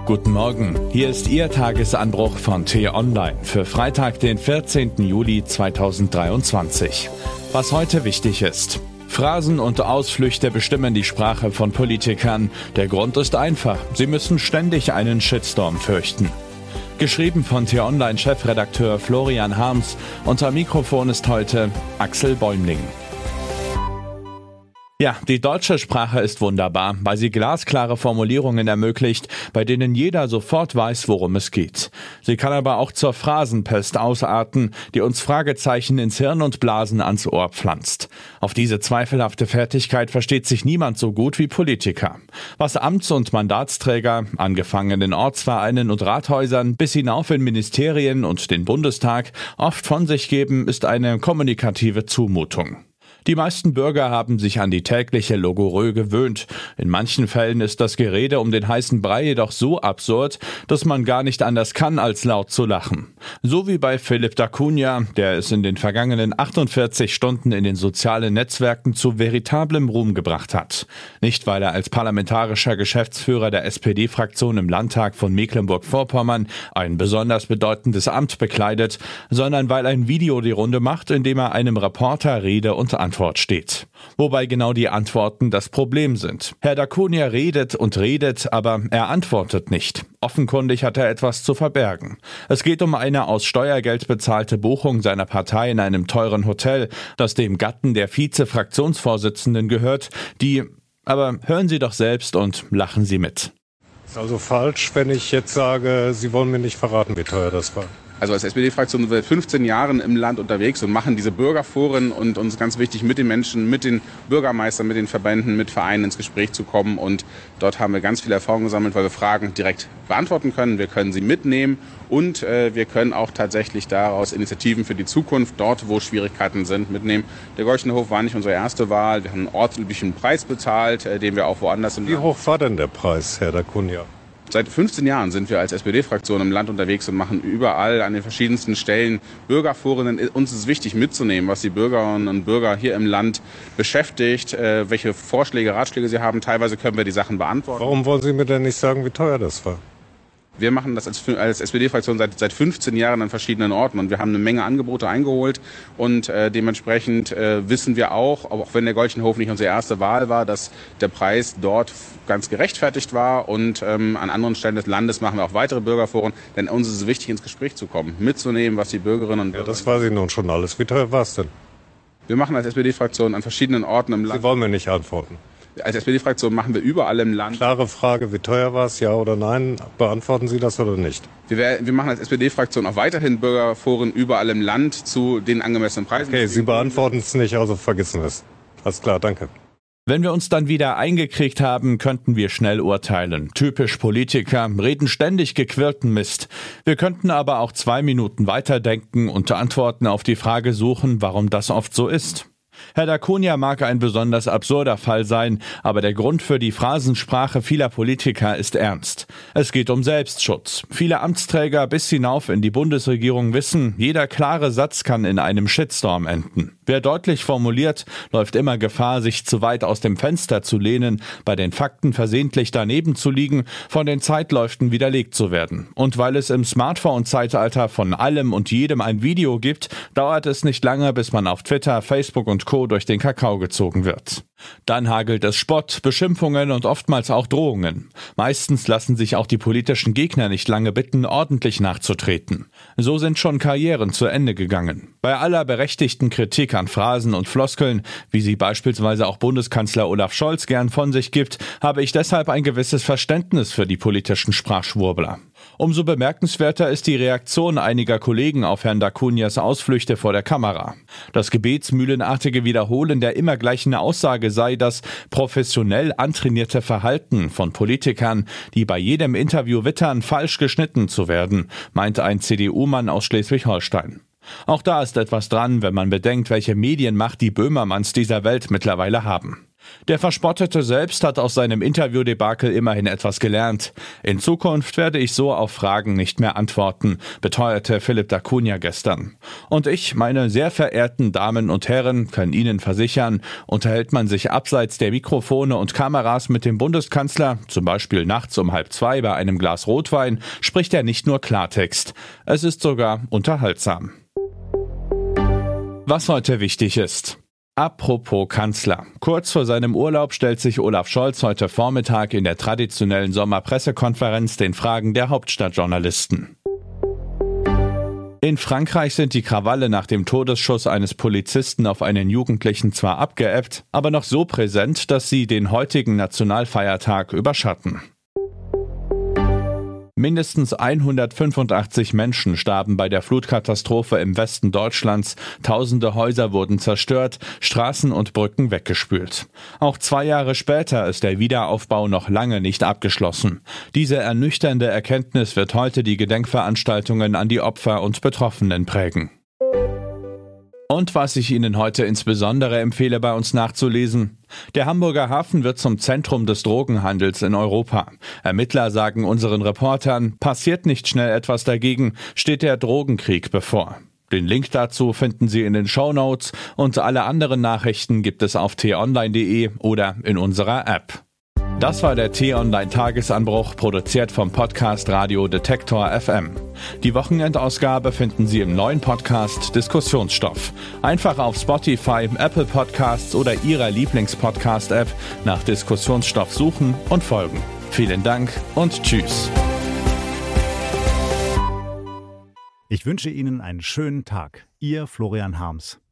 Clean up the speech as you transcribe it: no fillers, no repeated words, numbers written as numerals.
Guten Morgen, hier ist Ihr Tagesanbruch von T-Online für Freitag, den 14. Juli 2023. Was heute wichtig ist. Phrasen und Ausflüchte bestimmen die Sprache von Politikern. Der Grund ist einfach, sie müssen ständig einen Shitstorm fürchten. Geschrieben von T-Online-Chefredakteur Florian Harms. Unter Mikrofon ist heute Axel Bäumling. Ja, die deutsche Sprache ist wunderbar, weil sie glasklare Formulierungen ermöglicht, bei denen jeder sofort weiß, worum es geht. Sie kann aber auch zur Phrasenpest ausarten, die uns Fragezeichen ins Hirn und Blasen ans Ohr pflanzt. Auf diese zweifelhafte Fertigkeit versteht sich niemand so gut wie Politiker. Was Amts- und Mandatsträger, angefangen in Ortsvereinen und Rathäusern, bis hinauf in Ministerien und den Bundestag, oft von sich geben, ist eine kommunikative Zumutung. Die meisten Bürger haben sich an die tägliche Logorö gewöhnt. In manchen Fällen ist das Gerede um den heißen Brei jedoch so absurd, dass man gar nicht anders kann, als laut zu lachen. So wie bei Philipp da Cunha, der es in den vergangenen 48 Stunden in den sozialen Netzwerken zu veritablem Ruhm gebracht hat. Nicht, weil er als parlamentarischer Geschäftsführer der SPD-Fraktion im Landtag von Mecklenburg-Vorpommern ein besonders bedeutendes Amt bekleidet, sondern weil ein Video die Runde macht, in dem er einem Reporter Rede und Antwort steht. Wobei genau die Antworten das Problem sind. Herr da Cunha redet und redet, aber er antwortet nicht. Offenkundig hat er etwas zu verbergen. Es geht um eine aus Steuergeld bezahlte Buchung seiner Partei in einem teuren Hotel, das dem Gatten der Vize-Fraktionsvorsitzenden gehört, aber hören Sie doch selbst und lachen Sie mit. Ist also falsch, wenn ich jetzt sage, Sie wollen mir nicht verraten, wie teuer das war. Also als SPD-Fraktion sind wir seit 15 Jahren im Land unterwegs und machen diese Bürgerforen und uns ganz wichtig, mit den Menschen, mit den Bürgermeistern, mit den Verbänden, mit Vereinen ins Gespräch zu kommen. Und dort haben wir ganz viel Erfahrung gesammelt, weil wir Fragen direkt beantworten können. Wir können sie mitnehmen und wir können auch tatsächlich daraus Initiativen für die Zukunft, dort wo Schwierigkeiten sind, mitnehmen. Der Golchenhof war nicht unsere erste Wahl. Wir haben einen ortsüblichen Preis bezahlt, den wir auch woanders im Wie hoch war denn der Preis, Herr da Cunha? Seit 15 Jahren sind wir als SPD-Fraktion im Land unterwegs und machen überall an den verschiedensten Stellen Bürgerforen. Uns ist wichtig mitzunehmen, was die Bürgerinnen und Bürger hier im Land beschäftigt, welche Vorschläge, Ratschläge sie haben. Teilweise können wir die Sachen beantworten. Warum wollen Sie mir denn nicht sagen, wie teuer das war? Wir machen das als SPD-Fraktion seit 15 Jahren an verschiedenen Orten und wir haben eine Menge Angebote eingeholt und dementsprechend wissen wir auch wenn der Golchenhof nicht unsere erste Wahl war, dass der Preis dort ganz gerechtfertigt war und an anderen Stellen des Landes machen wir auch weitere Bürgerforen, denn uns ist es wichtig, ins Gespräch zu kommen, mitzunehmen, was die Bürgerinnen und Bürger... Ja, das weiß ich nun schon alles. Wie teuer war es denn? Wir machen als SPD-Fraktion an verschiedenen Orten im Land... Sie wollen mir nicht antworten. Als SPD-Fraktion machen wir überall im Land... Klare Frage, wie teuer war es, ja oder nein? Beantworten Sie das oder nicht? Wir machen als SPD-Fraktion auch weiterhin Bürgerforen überall im Land zu den angemessenen Preisen. Okay, Sie beantworten es nicht, also vergessen wir es. Alles klar, danke. Wenn wir uns dann wieder eingekriegt haben, könnten wir schnell urteilen. Typisch Politiker, reden ständig gequirlten Mist. Wir könnten aber auch 2 Minuten weiterdenken und Antworten auf die Frage suchen, warum das oft so ist. Herr da Cunha mag ein besonders absurder Fall sein, aber der Grund für die Phrasensprache vieler Politiker ist ernst. Es geht um Selbstschutz. Viele Amtsträger bis hinauf in die Bundesregierung wissen, jeder klare Satz kann in einem Shitstorm enden. Wer deutlich formuliert, läuft immer Gefahr, sich zu weit aus dem Fenster zu lehnen, bei den Fakten versehentlich daneben zu liegen, von den Zeitläuften widerlegt zu werden. Und weil es im Smartphone-Zeitalter von allem und jedem ein Video gibt, dauert es nicht lange, bis man auf Twitter, Facebook und Co. durch den Kakao gezogen wird. Dann hagelt es Spott, Beschimpfungen und oftmals auch Drohungen. Meistens lassen sich auch die politischen Gegner nicht lange bitten, ordentlich nachzutreten. So sind schon Karrieren zu Ende gegangen. Bei aller berechtigten Kritik an Phrasen und Floskeln, wie sie beispielsweise auch Bundeskanzler Olaf Scholz gern von sich gibt, habe ich deshalb ein gewisses Verständnis für die politischen Sprachschwurbler. Umso bemerkenswerter ist die Reaktion einiger Kollegen auf Herrn da Cunhas Ausflüchte vor der Kamera. Das gebetsmühlenartige Wiederholen der immer gleichen Aussage sei das professionell antrainierte Verhalten von Politikern, die bei jedem Interview wittern, falsch geschnitten zu werden, meint ein CDU-Mann aus Schleswig-Holstein. Auch da ist etwas dran, wenn man bedenkt, welche Medienmacht die Böhmermanns dieser Welt mittlerweile haben. Der Verspottete selbst hat aus seinem Interviewdebakel immerhin etwas gelernt. In Zukunft werde ich so auf Fragen nicht mehr antworten, beteuerte Philipp da Cunha gestern. Und ich, meine sehr verehrten Damen und Herren, kann Ihnen versichern, unterhält man sich abseits der Mikrofone und Kameras mit dem Bundeskanzler, zum Beispiel nachts um 1:30 bei einem Glas Rotwein, spricht er nicht nur Klartext. Es ist sogar unterhaltsam. Was heute wichtig ist. Apropos Kanzler. Kurz vor seinem Urlaub stellt sich Olaf Scholz heute Vormittag in der traditionellen Sommerpressekonferenz den Fragen der Hauptstadtjournalisten. In Frankreich sind die Krawalle nach dem Todesschuss eines Polizisten auf einen Jugendlichen zwar abgeebbt, aber noch so präsent, dass sie den heutigen Nationalfeiertag überschatten. Mindestens 185 Menschen starben bei der Flutkatastrophe im Westen Deutschlands. Tausende Häuser wurden zerstört, Straßen und Brücken weggespült. Auch 2 Jahre später ist der Wiederaufbau noch lange nicht abgeschlossen. Diese ernüchternde Erkenntnis wird heute die Gedenkveranstaltungen an die Opfer und Betroffenen prägen. Und was ich Ihnen heute insbesondere empfehle, bei uns nachzulesen: Der Hamburger Hafen wird zum Zentrum des Drogenhandels in Europa. Ermittler sagen unseren Reportern, passiert nicht schnell etwas dagegen, steht der Drogenkrieg bevor. Den Link dazu finden Sie in den Shownotes und alle anderen Nachrichten gibt es auf t-online.de oder in unserer App. Das war der T-Online-Tagesanbruch, produziert vom Podcast Radio Detektor FM. Die Wochenendausgabe finden Sie im neuen Podcast Diskussionsstoff. Einfach auf Spotify, Apple Podcasts oder Ihrer Lieblings-Podcast-App nach Diskussionsstoff suchen und folgen. Vielen Dank und tschüss. Ich wünsche Ihnen einen schönen Tag. Ihr Florian Harms.